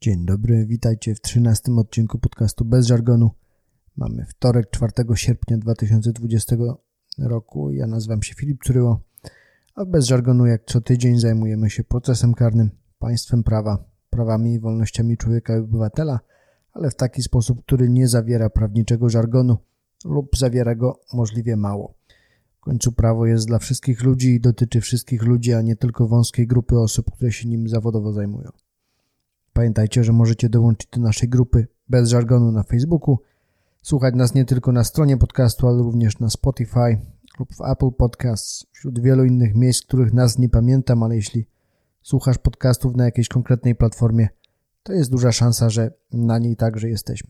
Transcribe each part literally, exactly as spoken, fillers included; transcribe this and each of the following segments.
Dzień dobry, witajcie w trzynastym odcinku podcastu Bez Żargonu. Mamy wtorek, czwartego sierpnia dwa tysiące dwudziestego roku. Ja nazywam się Filip Curyło, a Bez Żargonu jak co tydzień zajmujemy się procesem karnym, państwem prawa, prawami i wolnościami człowieka i obywatela, ale w taki sposób, który nie zawiera prawniczego żargonu lub zawiera go możliwie mało. W końcu prawo jest dla wszystkich ludzi i dotyczy wszystkich ludzi, a nie tylko wąskiej grupy osób, które się nim zawodowo zajmują. Pamiętajcie, że możecie dołączyć do naszej grupy Bez Żargonu na Facebooku, słuchać nas nie tylko na stronie podcastu, ale również na Spotify lub w Apple Podcasts, wśród wielu innych miejsc, których nazw nie pamiętam, ale jeśli słuchasz podcastów na jakiejś konkretnej platformie, to jest duża szansa, że na niej także jesteśmy.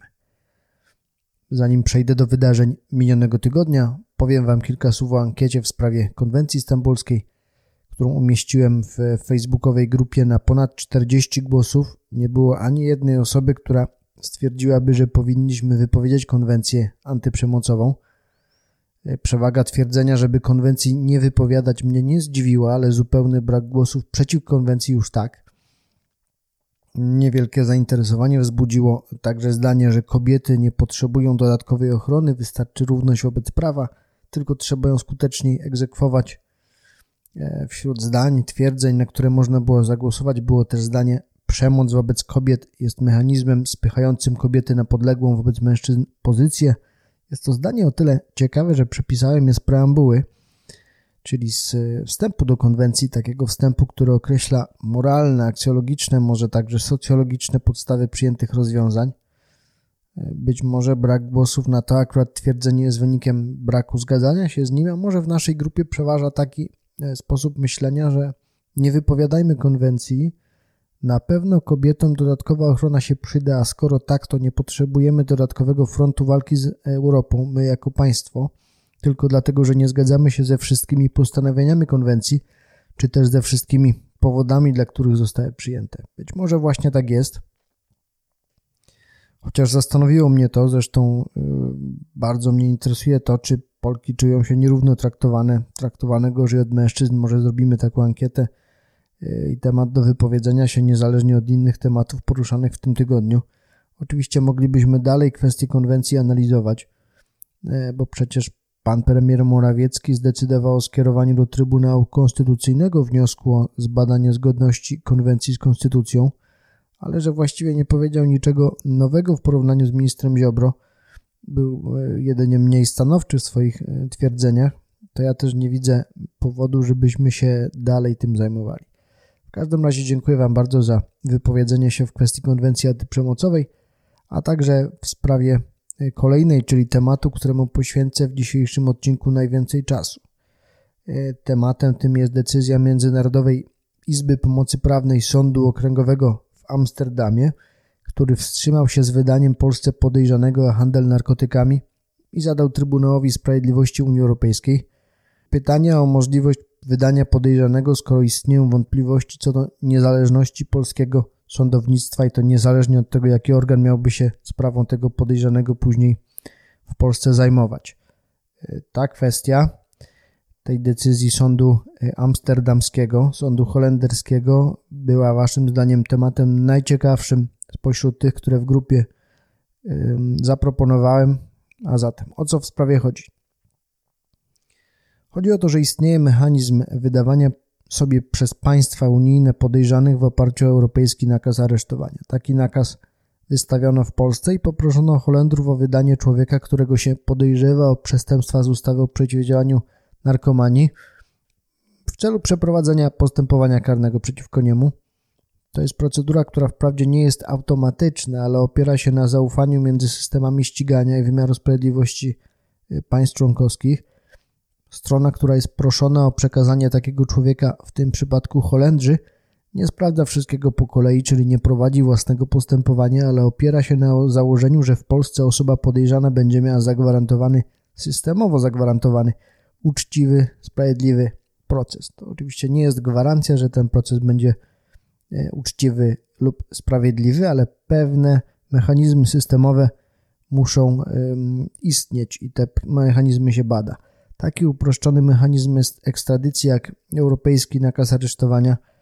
Zanim przejdę do wydarzeń minionego tygodnia, powiem Wam kilka słów o ankiecie w sprawie konwencji stambulskiej, którą umieściłem w facebookowej grupie na ponad czterdzieści głosów. Nie było ani jednej osoby, która stwierdziłaby, że powinniśmy wypowiedzieć konwencję antyprzemocową. Przewaga twierdzenia, żeby konwencji nie wypowiadać, mnie nie zdziwiła, ale zupełny brak głosów przeciw konwencji już tak. Niewielkie zainteresowanie wzbudziło także zdanie, że kobiety nie potrzebują dodatkowej ochrony, wystarczy równość wobec prawa, tylko trzeba ją skuteczniej egzekwować. Wśród zdań, twierdzeń, na które można było zagłosować, było też zdanie: przemoc wobec kobiet jest mechanizmem spychającym kobiety na podległą wobec mężczyzn pozycję. Jest to zdanie o tyle ciekawe, że przepisałem je z preambuły, czyli z wstępu do konwencji, takiego wstępu, który określa moralne, aksjologiczne, może także socjologiczne podstawy przyjętych rozwiązań. Być może brak głosów na to akurat twierdzenie jest wynikiem braku zgadzania się z nim, a może w naszej grupie przeważa taki sposób myślenia, że nie wypowiadajmy konwencji, na pewno kobietom dodatkowa ochrona się przyda, a skoro tak, to nie potrzebujemy dodatkowego frontu walki z Europą, my jako państwo, tylko dlatego, że nie zgadzamy się ze wszystkimi postanowieniami konwencji, czy też ze wszystkimi powodami, dla których zostały przyjęte. Być może właśnie tak jest, chociaż zastanowiło mnie to, zresztą yy, bardzo mnie interesuje to, czy Polki czują się nierówno traktowane, traktowane gorzej od mężczyzn. Może zrobimy taką ankietę i temat do wypowiedzenia się niezależnie od innych tematów poruszanych w tym tygodniu. Oczywiście moglibyśmy dalej kwestię konwencji analizować, bo przecież pan premier Morawiecki zdecydował o skierowaniu do Trybunału Konstytucyjnego wniosku o zbadanie zgodności konwencji z konstytucją, ale że właściwie nie powiedział niczego nowego w porównaniu z ministrem Ziobro, był jedynie mniej stanowczy w swoich twierdzeniach, to ja też nie widzę powodu, żebyśmy się dalej tym zajmowali. W każdym razie dziękuję Wam bardzo za wypowiedzenie się w kwestii konwencji antyprzemocowej, a także w sprawie kolejnej, czyli tematu, któremu poświęcę w dzisiejszym odcinku najwięcej czasu. Tematem tym jest decyzja Międzynarodowej Izby Pomocy Prawnej Sądu Okręgowego w Amsterdamie, który wstrzymał się z wydaniem Polsce podejrzanego o handel narkotykami i zadał Trybunałowi Sprawiedliwości Unii Europejskiej pytanie o możliwość wydania podejrzanego, skoro istnieją wątpliwości co do niezależności polskiego sądownictwa i to niezależnie od tego, jaki organ miałby się sprawą tego podejrzanego później w Polsce zajmować. Ta kwestia tej decyzji sądu amsterdamskiego, sądu holenderskiego była waszym zdaniem tematem najciekawszym spośród tych, które w grupie y, zaproponowałem. A zatem, o co w sprawie chodzi? Chodzi o to, że istnieje mechanizm wydawania sobie przez państwa unijne podejrzanych w oparciu o europejski nakaz aresztowania. Taki nakaz wystawiono w Polsce i poproszono Holendrów o wydanie człowieka, którego się podejrzewa o przestępstwa z ustawy o przeciwdziałaniu narkomanii w celu przeprowadzenia postępowania karnego przeciwko niemu. To jest procedura, która wprawdzie nie jest automatyczna, ale opiera się na zaufaniu między systemami ścigania i wymiaru sprawiedliwości państw członkowskich. Strona, która jest proszona o przekazanie takiego człowieka, w tym przypadku Holendrzy, nie sprawdza wszystkiego po kolei, czyli nie prowadzi własnego postępowania, ale opiera się na założeniu, że w Polsce osoba podejrzana będzie miała zagwarantowany, systemowo zagwarantowany, uczciwy, sprawiedliwy proces. To oczywiście nie jest gwarancja, że ten proces będzie uczciwy lub sprawiedliwy, ale pewne mechanizmy systemowe muszą um, istnieć i te mechanizmy się bada. Taki uproszczony mechanizm jest ekstradycja, jak europejski nakaz aresztowania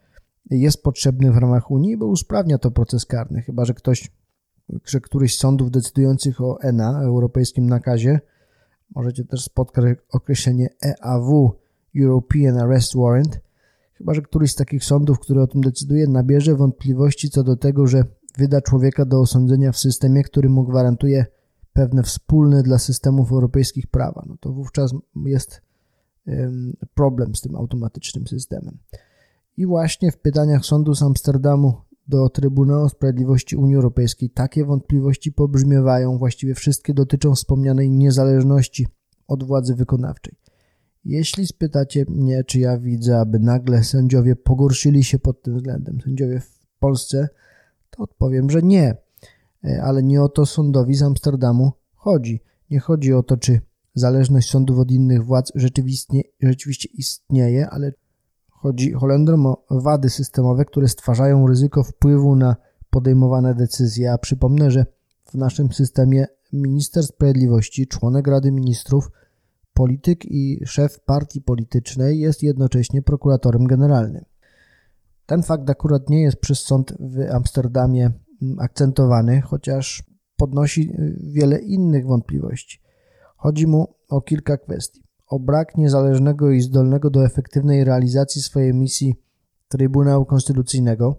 jest potrzebny w ramach Unii, bo usprawnia to proces karny, chyba że ktoś, że któryś z sądów decydujących o E N A, europejskim nakazie, możecie też spotkać określenie E A W, European Arrest Warrant, chyba że któryś z takich sądów, który o tym decyduje, nabierze wątpliwości co do tego, że wyda człowieka do osądzenia w systemie, który mu gwarantuje pewne wspólne dla systemów europejskich prawa, no to wówczas jest problem z tym automatycznym systemem. I właśnie w pytaniach Sądu z Amsterdamu do Trybunału Sprawiedliwości Unii Europejskiej takie wątpliwości pobrzmiewają, właściwie wszystkie dotyczą wspomnianej niezależności od władzy wykonawczej. Jeśli spytacie mnie, czy ja widzę, aby nagle sędziowie pogorszyli się pod tym względem, sędziowie w Polsce, to odpowiem, że nie. Ale nie o to sądowi z Amsterdamu chodzi. Nie chodzi o to, czy zależność sądów od innych władz rzeczywiście, rzeczywiście istnieje, ale chodzi Holendrom o wady systemowe, które stwarzają ryzyko wpływu na podejmowane decyzje. A przypomnę, że w naszym systemie minister sprawiedliwości, członek Rady Ministrów, polityk i szef partii politycznej jest jednocześnie prokuratorem generalnym. Ten fakt akurat nie jest przez sąd w Amsterdamie akcentowany, chociaż podnosi wiele innych wątpliwości. Chodzi mu o kilka kwestii. O brak niezależnego i zdolnego do efektywnej realizacji swojej misji Trybunału Konstytucyjnego,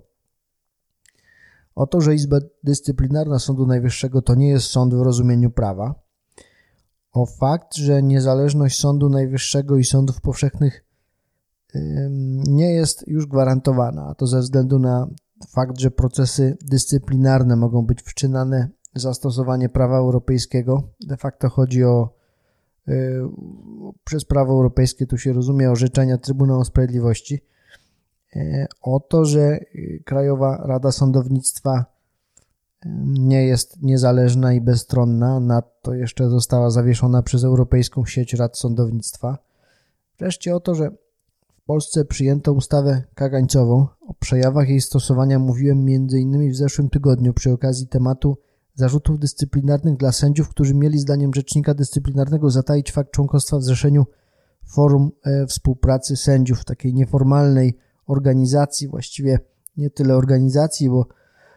o to, że Izba Dyscyplinarna Sądu Najwyższego to nie jest sąd w rozumieniu prawa, o fakt, że niezależność Sądu Najwyższego i sądów powszechnych nie jest już gwarantowana, a to ze względu na fakt, że procesy dyscyplinarne mogą być wszczynane za stosowanie prawa europejskiego. De facto chodzi o yy, przez prawo europejskie, tu się rozumie orzeczenia Trybunału Sprawiedliwości, yy, o to, że Krajowa Rada Sądownictwa yy, nie jest niezależna i bezstronna, nadto jeszcze została zawieszona przez Europejską Sieć Rad Sądownictwa. Wreszcie o to, że w Polsce przyjęto ustawę kagańcową. O przejawach jej stosowania mówiłem m.in. w zeszłym tygodniu przy okazji tematu zarzutów dyscyplinarnych dla sędziów, którzy mieli zdaniem rzecznika dyscyplinarnego zataić fakt członkostwa w zrzeszeniu Forum Współpracy Sędziów, takiej nieformalnej organizacji, właściwie nie tyle organizacji, bo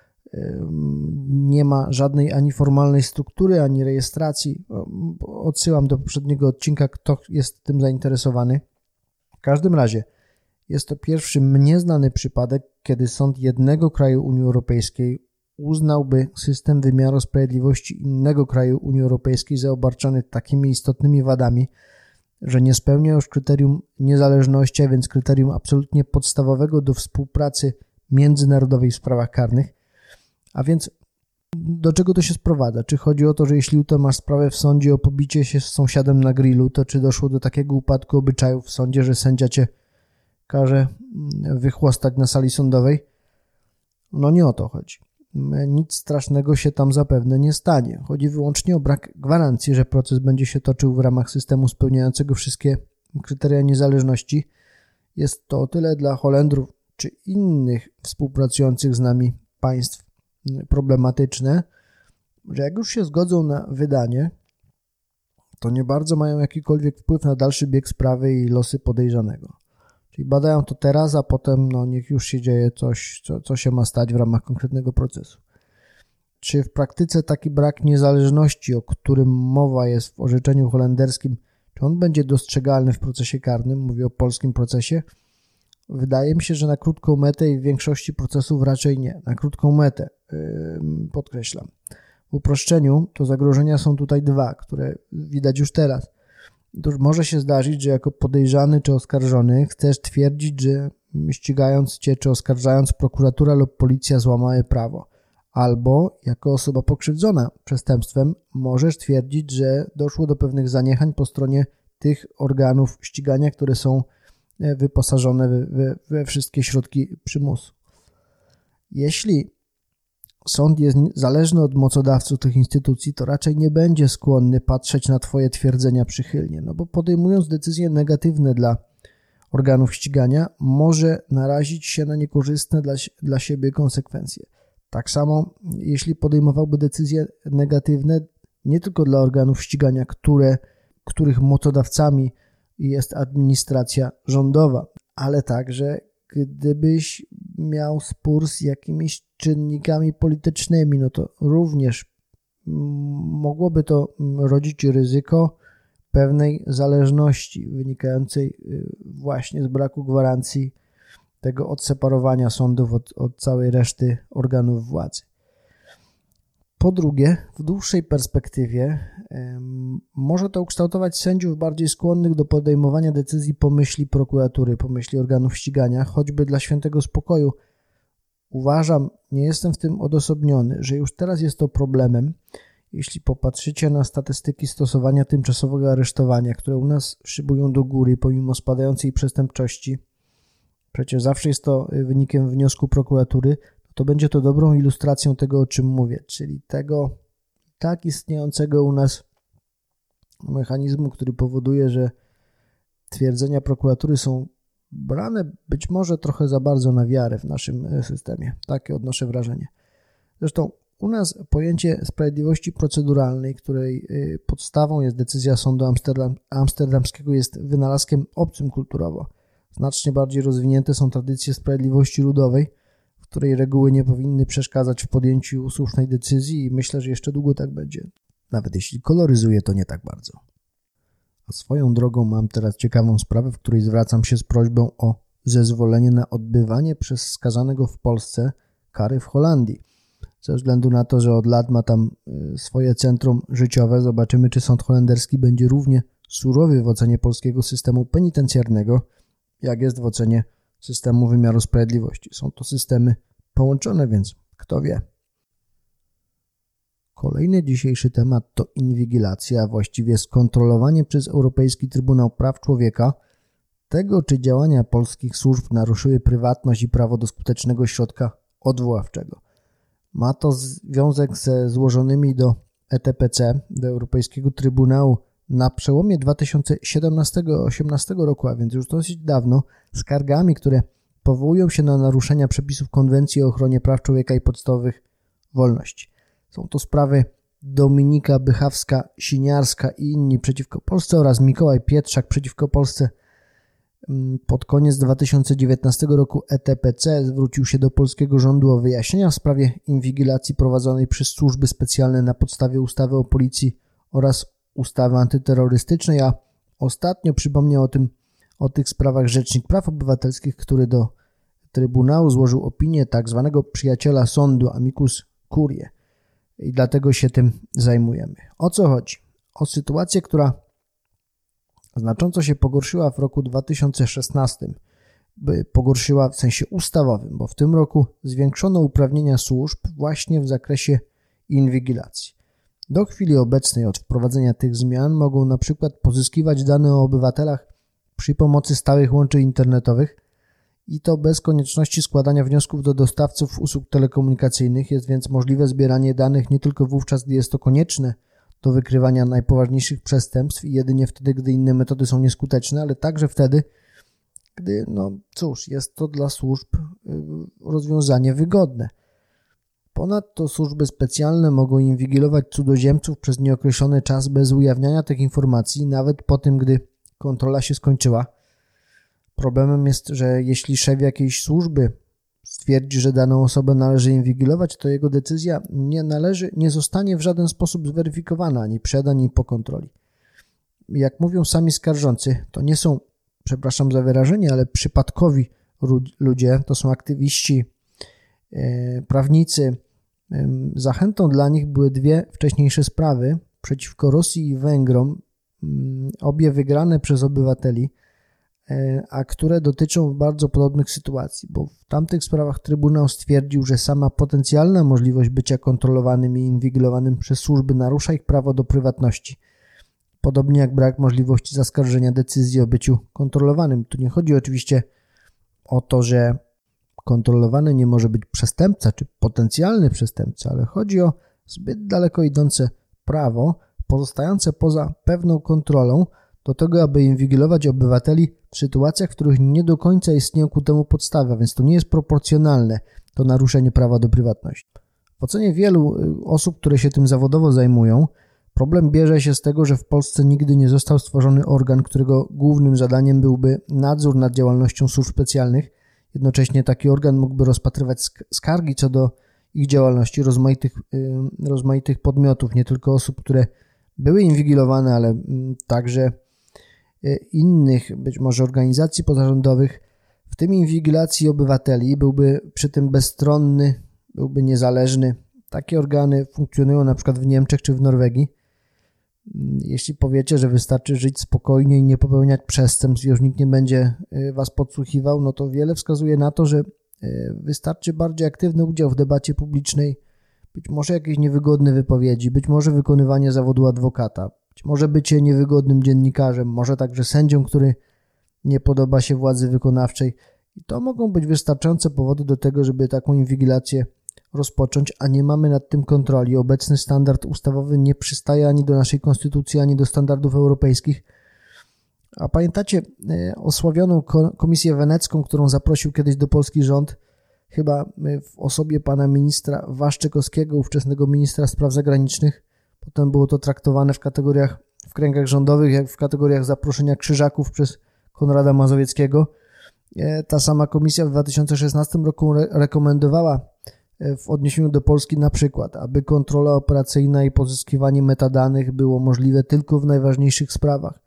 nie ma żadnej ani formalnej struktury, ani rejestracji. Odsyłam do poprzedniego odcinka, kto jest tym zainteresowany. W każdym razie jest to pierwszy mnie znany przypadek, kiedy sąd jednego kraju Unii Europejskiej uznałby system wymiaru sprawiedliwości innego kraju Unii Europejskiej za obarczony takimi istotnymi wadami, że nie spełnia już kryterium niezależności, a więc kryterium absolutnie podstawowego do współpracy międzynarodowej w sprawach karnych. A więc do czego to się sprowadza? Czy chodzi o to, że jeśli jutro masz sprawę w sądzie o pobicie się z sąsiadem na grillu, to czy doszło do takiego upadku obyczajów w sądzie, że sędzia cię każe wychłostać na sali sądowej? No nie o to chodzi. Nic strasznego się tam zapewne nie stanie. Chodzi wyłącznie o brak gwarancji, że proces będzie się toczył w ramach systemu spełniającego wszystkie kryteria niezależności. Jest to o tyle dla Holendrów czy innych współpracujących z nami państw problematyczne, że jak już się zgodzą na wydanie, to nie bardzo mają jakikolwiek wpływ na dalszy bieg sprawy i losy podejrzanego. Czyli badają to teraz, a potem no niech już się dzieje coś, co, co się ma stać w ramach konkretnego procesu. Czy w praktyce taki brak niezależności, o którym mowa jest w orzeczeniu holenderskim, czy on będzie dostrzegalny w procesie karnym? Mówię o polskim procesie. Wydaje mi się, że na krótką metę i w większości procesów raczej nie. Na krótką metę, yy, podkreślam. W uproszczeniu to zagrożenia są tutaj dwa, które widać już teraz. To może się zdarzyć, że jako podejrzany czy oskarżony chcesz twierdzić, że ścigając cię czy oskarżając prokuratura lub policja złamały prawo. Albo jako osoba pokrzywdzona przestępstwem możesz twierdzić, że doszło do pewnych zaniechań po stronie tych organów ścigania, które są wyposażone we, we, we wszystkie środki przymusu. Jeśli sąd jest zależny od mocodawców tych instytucji, to raczej nie będzie skłonny patrzeć na twoje twierdzenia przychylnie, no bo podejmując decyzje negatywne dla organów ścigania, może narazić się na niekorzystne dla, dla siebie konsekwencje. Tak samo, jeśli podejmowałby decyzje negatywne nie tylko dla organów ścigania, które, których mocodawcami jest administracja rządowa, ale także gdybyś miał spór z jakimiś czynnikami politycznymi, no to również mogłoby to rodzić ryzyko pewnej zależności wynikającej właśnie z braku gwarancji tego odseparowania sądów od, od całej reszty organów władzy. Po drugie, w dłuższej perspektywie um, może to ukształtować sędziów bardziej skłonnych do podejmowania decyzji po myśli prokuratury, po myśli organów ścigania, choćby dla świętego spokoju. Uważam, nie jestem w tym odosobniony, że już teraz jest to problemem. Jeśli popatrzycie na statystyki stosowania tymczasowego aresztowania, które u nas szybują do góry pomimo spadającej przestępczości, przecież zawsze jest to wynikiem wniosku prokuratury, to będzie to dobrą ilustracją tego, o czym mówię, czyli tego tak istniejącego u nas mechanizmu, który powoduje, że twierdzenia prokuratury są brane być może trochę za bardzo na wiarę w naszym systemie. Takie odnoszę wrażenie. Zresztą u nas pojęcie sprawiedliwości proceduralnej, której podstawą jest decyzja sądu Amsterdam, amsterdamskiego, jest wynalazkiem obcym kulturowo. Znacznie bardziej rozwinięte są tradycje sprawiedliwości ludowej, w której reguły nie powinny przeszkadzać w podjęciu słusznej decyzji i myślę, że jeszcze długo tak będzie. Nawet jeśli koloryzuje to nie tak bardzo. A swoją drogą mam teraz ciekawą sprawę, w której zwracam się z prośbą o zezwolenie na odbywanie przez skazanego w Polsce kary w Holandii. Ze względu na to, że od lat ma tam swoje centrum życiowe, zobaczymy, czy sąd holenderski będzie równie surowy w ocenie polskiego systemu penitencjarnego, jak jest w ocenie systemu wymiaru sprawiedliwości. Są to systemy połączone, więc kto wie. Kolejny dzisiejszy temat to inwigilacja, a właściwie skontrolowanie przez Europejski Trybunał Praw Człowieka tego, czy działania polskich służb naruszyły prywatność i prawo do skutecznego środka odwoławczego. Ma to związek ze złożonymi do E T P C, do Europejskiego Trybunału, na przełomie dwa tysiące siedemnastego do dwa tysiące osiemnastego roku, a więc już dosyć dawno, skargami, które powołują się na naruszenia przepisów Konwencji o ochronie praw człowieka i podstawowych wolności. Są to sprawy Dominika Bychawska-Siniarska i inni przeciwko Polsce oraz Mikołaj Pietrzak przeciwko Polsce. Pod koniec dwa tysiące dziewiętnastego roku E T P C zwrócił się do polskiego rządu o wyjaśnienia w sprawie inwigilacji prowadzonej przez służby specjalne na podstawie ustawy o policji oraz ustawy antyterrorystycznej, a ostatnio przypomniał o tym, o tych sprawach Rzecznik Praw Obywatelskich, który do Trybunału złożył opinię tak zwanego przyjaciela sądu, amicus curiae. I dlatego się tym zajmujemy. O co chodzi? O sytuację, która znacząco się pogorszyła w roku dwa tysiące szesnastym. Pogorszyła w sensie ustawowym, bo w tym roku zwiększono uprawnienia służb właśnie w zakresie inwigilacji. Do chwili obecnej od wprowadzenia tych zmian mogą na przykład pozyskiwać dane o obywatelach przy pomocy stałych łączy internetowych i to bez konieczności składania wniosków do dostawców usług telekomunikacyjnych. Jest więc możliwe zbieranie danych nie tylko wówczas, gdy jest to konieczne do wykrywania najpoważniejszych przestępstw i jedynie wtedy, gdy inne metody są nieskuteczne, ale także wtedy, gdy, no cóż, jest to dla służb rozwiązanie wygodne. Ponadto służby specjalne mogą inwigilować cudzoziemców przez nieokreślony czas bez ujawniania tych informacji, nawet po tym, gdy kontrola się skończyła. Problemem jest, że jeśli szef jakiejś służby stwierdzi, że daną osobę należy inwigilować, to jego decyzja nie należy, nie zostanie w żaden sposób zweryfikowana ani przed, ani po kontroli. Jak mówią sami skarżący, to nie są, przepraszam za wyrażenie, ale przypadkowi ludzie, to są aktywiści, yy, prawnicy. Yy, zachętą dla nich były dwie wcześniejsze sprawy przeciwko Rosji i Węgrom, yy, obie wygrane przez obywateli, a które dotyczą bardzo podobnych sytuacji, bo w tamtych sprawach Trybunał stwierdził, że sama potencjalna możliwość bycia kontrolowanym i inwigilowanym przez służby narusza ich prawo do prywatności. Podobnie jak brak możliwości zaskarżenia decyzji o byciu kontrolowanym. Tu nie chodzi oczywiście o to, że kontrolowany nie może być przestępca czy potencjalny przestępca, ale chodzi o zbyt daleko idące prawo pozostające poza pewną kontrolą do tego, aby inwigilować obywateli w sytuacjach, w których nie do końca istnieją ku temu podstawy, a więc to nie jest proporcjonalne, to naruszenie prawa do prywatności. W ocenie wielu osób, które się tym zawodowo zajmują, problem bierze się z tego, że w Polsce nigdy nie został stworzony organ, którego głównym zadaniem byłby nadzór nad działalnością służb specjalnych Jednocześnie taki organ mógłby rozpatrywać skargi co do ich działalności rozmaitych, rozmaitych podmiotów, nie tylko osób, które były inwigilowane, ale także innych, być może organizacji pozarządowych, w tym inwigilacji obywateli. Byłby przy tym bezstronny, byłby niezależny. Takie organy funkcjonują na przykład w Niemczech czy w Norwegii. Jeśli powiecie, że wystarczy żyć spokojnie i nie popełniać przestępstw i już nikt nie będzie was podsłuchiwał, no to wiele wskazuje na to, że wystarczy bardziej aktywny udział w debacie publicznej, być może jakieś niewygodne wypowiedzi, być może wykonywanie zawodu adwokata, być może bycie niewygodnym dziennikarzem, może także sędzią, który nie podoba się władzy wykonawczej. I to mogą być wystarczające powody do tego, żeby taką inwigilację rozpocząć, a nie mamy nad tym kontroli. Obecny standard ustawowy nie przystaje ani do naszej konstytucji, ani do standardów europejskich. A pamiętacie osławioną Komisję Wenecką, którą zaprosił kiedyś do Polski rząd, chyba w osobie pana ministra Waszczykowskiego, ówczesnego ministra spraw zagranicznych. Potem było to traktowane w kategoriach, w kręgach rządowych, jak w kategoriach zaproszenia krzyżaków przez Konrada Mazowieckiego. Ta sama komisja w dwa tysiące szesnastym roku re- rekomendowała w odniesieniu do Polski na przykład, aby kontrola operacyjna i pozyskiwanie metadanych było możliwe tylko w najważniejszych sprawach,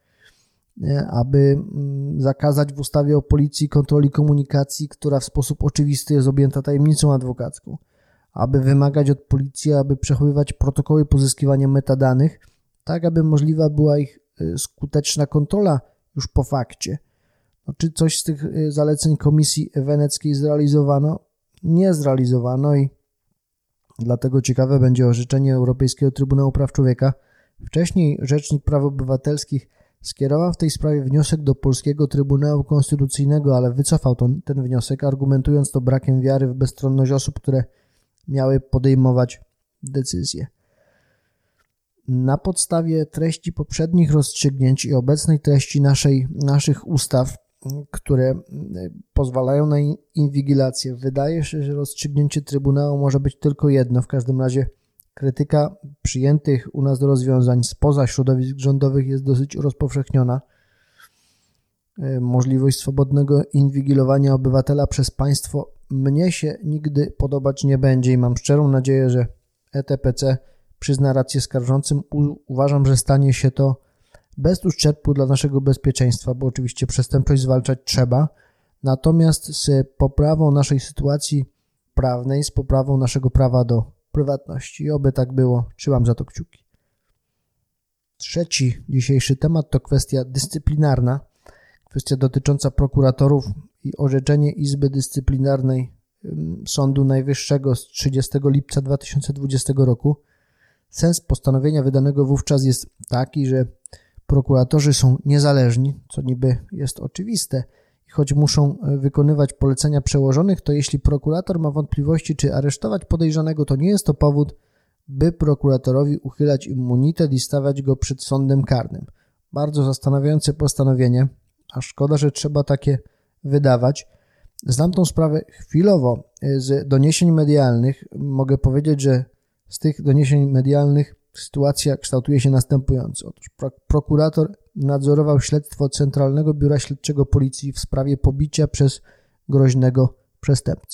aby zakazać w ustawie o policji kontroli komunikacji, która w sposób oczywisty jest objęta tajemnicą adwokacką, aby wymagać od policji, aby przechowywać protokoły pozyskiwania metadanych, tak aby możliwa była ich skuteczna kontrola już po fakcie. No, czy coś z tych zaleceń Komisji Weneckiej zrealizowano? Nie zrealizowano i dlatego ciekawe będzie orzeczenie Europejskiego Trybunału Praw Człowieka. Wcześniej Rzecznik Praw Obywatelskich skierował w tej sprawie wniosek do Polskiego Trybunału Konstytucyjnego, ale wycofał ten, ten wniosek, argumentując to brakiem wiary w bezstronność osób, które miały podejmować decyzje. Na podstawie treści poprzednich rozstrzygnięć i obecnej treści naszej, naszych ustaw, które pozwalają na inwigilację, wydaje się, że rozstrzygnięcie Trybunału może być tylko jedno. W każdym razie krytyka przyjętych u nas rozwiązań spoza środowisk rządowych jest dosyć rozpowszechniona. Możliwość swobodnego inwigilowania obywatela przez państwo mnie się nigdy podobać nie będzie i mam szczerą nadzieję, że E T P C przyzna rację skarżącym. U- uważam, że stanie się to bez uszczerbku dla naszego bezpieczeństwa, bo oczywiście przestępczość zwalczać trzeba, natomiast z poprawą naszej sytuacji prawnej, z poprawą naszego prawa do prywatności. I oby tak było. Trzymam za to kciuki. Trzeci dzisiejszy temat to kwestia dyscyplinarna, kwestia dotycząca prokuratorów i orzeczenie Izby Dyscyplinarnej Sądu Najwyższego z trzydziestego lipca dwa tysiące dwudziestego roku. Sens postanowienia wydanego wówczas jest taki, że prokuratorzy są niezależni, co niby jest oczywiste, i choć muszą wykonywać polecenia przełożonych, to jeśli prokurator ma wątpliwości, czy aresztować podejrzanego, to nie jest to powód, by prokuratorowi uchylać immunitet i stawiać go przed sądem karnym. Bardzo zastanawiające postanowienie, a szkoda, że trzeba takie wydawać. Znam tą sprawę chwilowo z doniesień medialnych. Mogę powiedzieć, że z tych doniesień medialnych sytuacja kształtuje się następująco. Otóż pro- prokurator nadzorował śledztwo Centralnego Biura Śledczego Policji w sprawie pobicia przez groźnego przestępcę.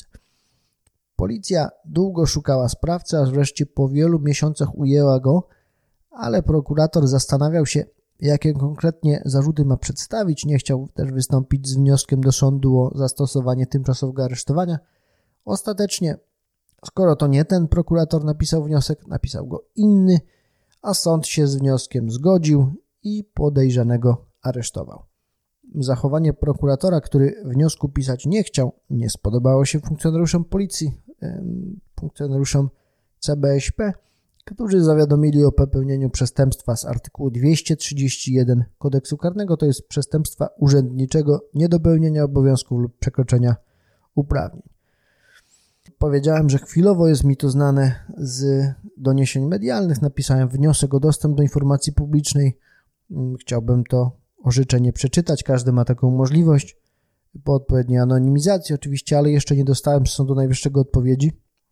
Policja długo szukała sprawcy, aż wreszcie po wielu miesiącach ujęła go, ale prokurator zastanawiał się, jakie konkretnie zarzuty ma przedstawić. Nie chciał też wystąpić z wnioskiem do sądu o zastosowanie tymczasowego aresztowania. Ostatecznie, skoro to nie ten prokurator napisał wniosek, napisał go inny, a sąd się z wnioskiem zgodził i podejrzanego aresztował. Zachowanie prokuratora, który wniosku pisać nie chciał, nie spodobało się funkcjonariuszom policji, funkcjonariuszom C B S P, którzy zawiadomili o popełnieniu przestępstwa z artykułu dwieście trzydzieści jeden Kodeksu Karnego, to jest przestępstwa urzędniczego, niedopełnienia obowiązków lub przekroczenia uprawnień. Powiedziałem, że chwilowo jest mi to znane z doniesień medialnych. Napisałem wniosek o dostęp do informacji publicznej. Chciałbym to orzeczenie przeczytać. Każdy ma taką możliwość po odpowiedniej anonimizacji oczywiście, ale jeszcze nie dostałem z Sądu Najwyższego odpowiedzi.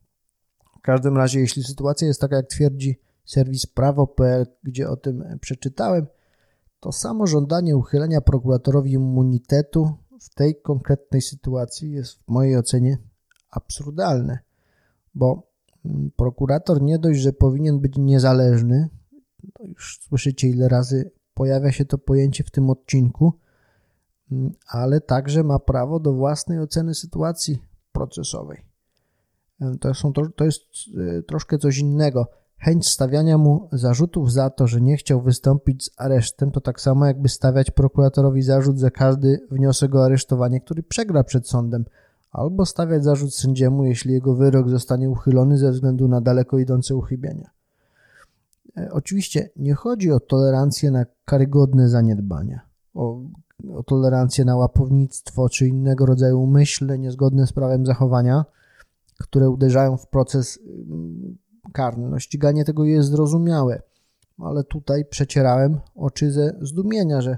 W każdym razie, jeśli sytuacja jest taka, jak twierdzi serwis prawo kropka p l, gdzie o tym przeczytałem, to samo żądanie uchylenia prokuratorowi immunitetu w tej konkretnej sytuacji jest w mojej ocenie absurdalne, bo prokurator nie dość, że powinien być niezależny, to już słyszycie ile razy pojawia się to pojęcie w tym odcinku, ale także ma prawo do własnej oceny sytuacji procesowej. To, są, to jest troszkę coś innego. Chęć stawiania mu zarzutów za to, że nie chciał wystąpić z aresztem, to tak samo jakby stawiać prokuratorowi zarzut za każdy wniosek o aresztowanie, który przegra przed sądem, albo stawiać zarzut sędziemu, jeśli jego wyrok zostanie uchylony ze względu na daleko idące uchybienia. Oczywiście nie chodzi o tolerancję na karygodne zaniedbania, o, o tolerancję na łapownictwo czy innego rodzaju umyślne, niezgodne z prawem zachowania, które uderzają w proces karny. No, ściganie tego jest zrozumiałe, ale tutaj przecierałem oczy ze zdumienia, że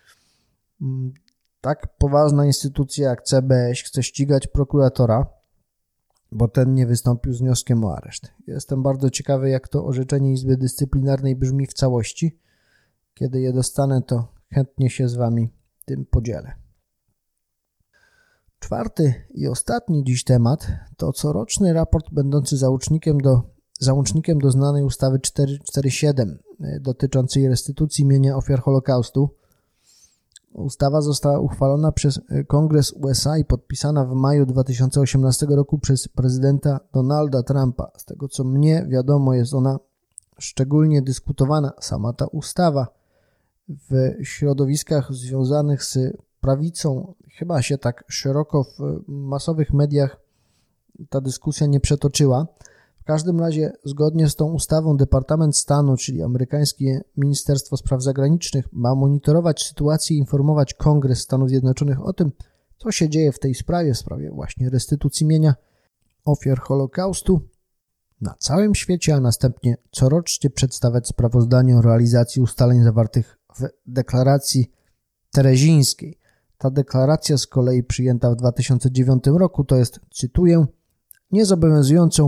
tak poważna instytucja jak C B Ś chce ścigać prokuratora, bo ten nie wystąpił z wnioskiem o areszt. Jestem bardzo ciekawy, jak to orzeczenie Izby Dyscyplinarnej brzmi w całości. Kiedy je dostanę, to chętnie się z Wami tym podzielę. Czwarty i ostatni dziś temat to coroczny raport będący załącznikiem do, załącznikiem do znanej ustawy czterysta czterdzieści siedem dotyczącej restytucji mienia ofiar Holokaustu. Ustawa została uchwalona przez Kongres U S A i podpisana w maju dwa tysiące osiemnastego roku przez prezydenta Donalda Trumpa. Z tego co mnie wiadomo, jest ona szczególnie dyskutowana, sama ta ustawa, w środowiskach związanych z prawicą. Chyba się tak szeroko w masowych mediach ta dyskusja nie przetoczyła. W każdym razie zgodnie z tą ustawą Departament Stanu, czyli amerykańskie Ministerstwo Spraw Zagranicznych, ma monitorować sytuację i informować Kongres Stanów Zjednoczonych o tym, co się dzieje w tej sprawie, w sprawie właśnie restytucji mienia ofiar Holokaustu na całym świecie, a następnie corocznie przedstawiać sprawozdanie o realizacji ustaleń zawartych w deklaracji terezińskiej. Ta deklaracja z kolei przyjęta w dwa tysiące dziewiątym roku to jest, cytuję, niezobowiązującą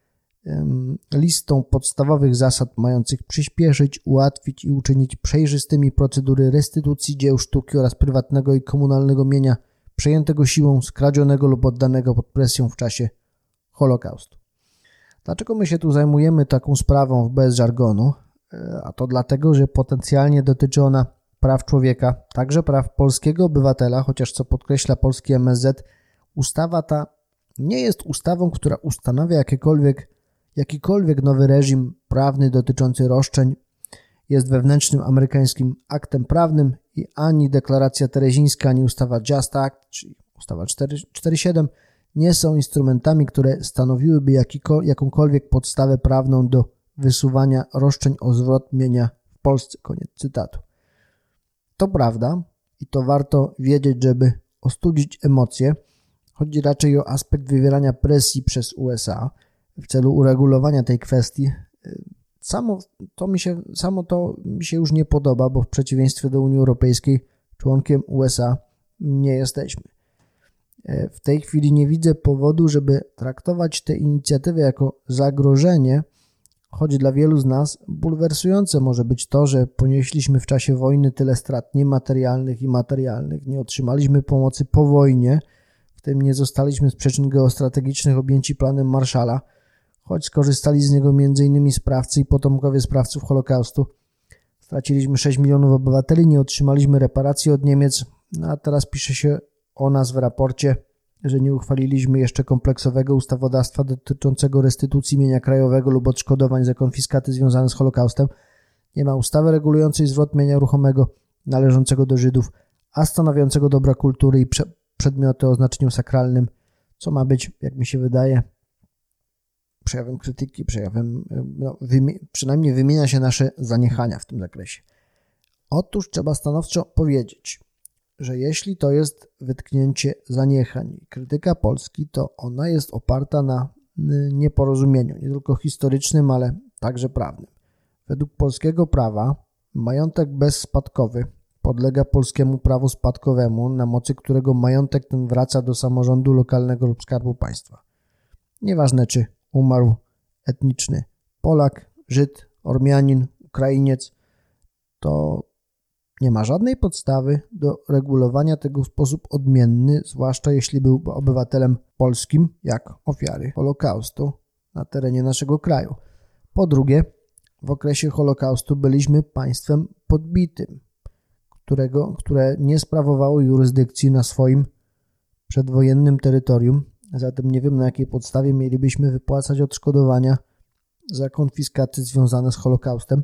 listą podstawowych zasad mających przyspieszyć, ułatwić i uczynić przejrzystymi procedury restytucji dzieł sztuki oraz prywatnego i komunalnego mienia przejętego siłą, skradzionego lub oddanego pod presją w czasie Holokaustu. Dlaczego my się tu zajmujemy taką sprawą bez żargonu? A to dlatego, że potencjalnie dotyczy ona praw człowieka, także praw polskiego obywatela, chociaż co podkreśla polski M S Z, ustawa ta nie jest ustawą, która ustanawia jakiekolwiek Jakikolwiek nowy reżim prawny dotyczący roszczeń, jest wewnętrznym amerykańskim aktem prawnym i ani deklaracja terezińska, ani ustawa Just Act, czyli ustawa czterysta czterdzieści siedem, nie są instrumentami, które stanowiłyby jakąkolwiek podstawę prawną do wysuwania roszczeń o zwrot mienia w Polsce. Koniec cytatu. To prawda i to warto wiedzieć, żeby ostudzić emocje. Chodzi raczej o aspekt wywierania presji przez U S A w celu uregulowania tej kwestii. Samo to mi się, samo to mi się już nie podoba, bo w przeciwieństwie do Unii Europejskiej członkiem U S A nie jesteśmy. W tej chwili nie widzę powodu, żeby traktować tę inicjatywę jako zagrożenie, choć dla wielu z nas bulwersujące może być to, że ponieśliśmy w czasie wojny tyle strat niematerialnych i materialnych, nie otrzymaliśmy pomocy po wojnie, w tym nie zostaliśmy z przyczyn geostrategicznych objęci planem Marshalla, choć skorzystali z niego m.in. sprawcy i potomkowie sprawców Holokaustu. Straciliśmy sześć milionów obywateli, nie otrzymaliśmy reparacji od Niemiec, no a teraz pisze się o nas w raporcie, że nie uchwaliliśmy jeszcze kompleksowego ustawodawstwa dotyczącego restytucji mienia krajowego lub odszkodowań za konfiskaty związane z Holokaustem. Nie ma ustawy regulującej zwrot mienia ruchomego należącego do Żydów, a stanowiącego dobra kultury i prze- przedmioty o znaczeniu sakralnym, co ma być, jak mi się wydaje, przejawem krytyki, przejawem, no, wymi- przynajmniej wymienia się nasze zaniechania w tym zakresie. Otóż trzeba stanowczo powiedzieć, że jeśli to jest wytknięcie zaniechań, krytyka Polski, to ona jest oparta na nieporozumieniu, nie tylko historycznym, ale także prawnym. Według polskiego prawa majątek bezspadkowy podlega polskiemu prawu spadkowemu, na mocy którego majątek ten wraca do samorządu lokalnego lub Skarbu Państwa. Nieważne, czy umarł etniczny Polak, Żyd, Ormianin, Ukrainiec, to Nie ma żadnej podstawy do regulowania tego w sposób odmienny, zwłaszcza jeśli był obywatelem polskim, jak ofiary Holokaustu na terenie naszego kraju. Po drugie, w okresie Holokaustu byliśmy państwem podbitym, którego, które nie sprawowało jurysdykcji na swoim przedwojennym terytorium. Zatem nie wiem, na jakiej podstawie mielibyśmy wypłacać odszkodowania za konfiskaty związane z Holokaustem.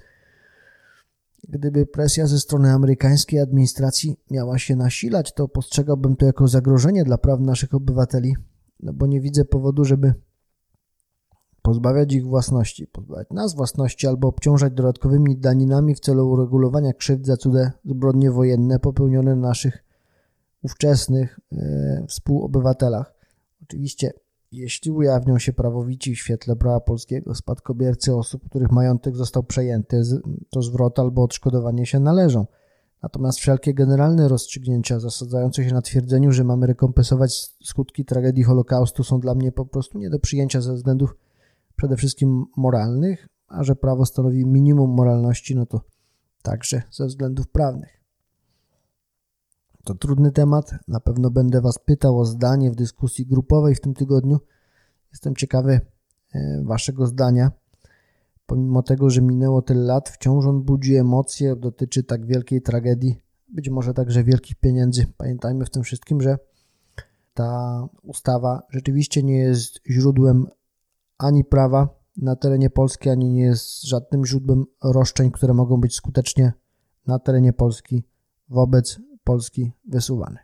Gdyby presja ze strony amerykańskiej administracji miała się nasilać, to postrzegałbym to jako zagrożenie dla praw naszych obywateli, no bo nie widzę powodu, żeby pozbawiać ich własności, pozbawiać nas własności albo obciążać dodatkowymi daninami w celu uregulowania krzywd za cudze zbrodnie wojenne popełnione na naszych ówczesnych e, współobywatelach. Oczywiście, jeśli ujawnią się prawowici w świetle prawa polskiego spadkobiercy osób, których majątek został przejęty, to zwrot albo odszkodowanie się należą. Natomiast wszelkie generalne rozstrzygnięcia zasadzające się na twierdzeniu, że mamy rekompensować skutki tragedii Holokaustu, są dla mnie po prostu nie do przyjęcia ze względów przede wszystkim moralnych, a że prawo stanowi minimum moralności, no to także ze względów prawnych. To trudny temat, na pewno będę Was pytał o zdanie w dyskusji grupowej w tym tygodniu. Jestem ciekawy Waszego zdania. Pomimo tego, że minęło tyle lat, wciąż on budzi emocje, dotyczy tak wielkiej tragedii, być może także wielkich pieniędzy. Pamiętajmy w tym wszystkim, że ta ustawa rzeczywiście nie jest źródłem ani prawa na terenie Polski, ani nie jest żadnym źródłem roszczeń, które mogą być skutecznie na terenie Polski wobec Polski wysuwane.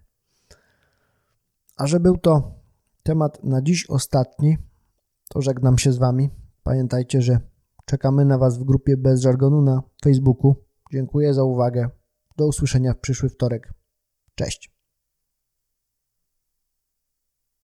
A że był to temat na dziś ostatni, to żegnam się z Wami. Pamiętajcie, że czekamy na Was w grupie Bez Żargonu na Facebooku. Dziękuję za uwagę. Do usłyszenia w przyszły wtorek. Cześć.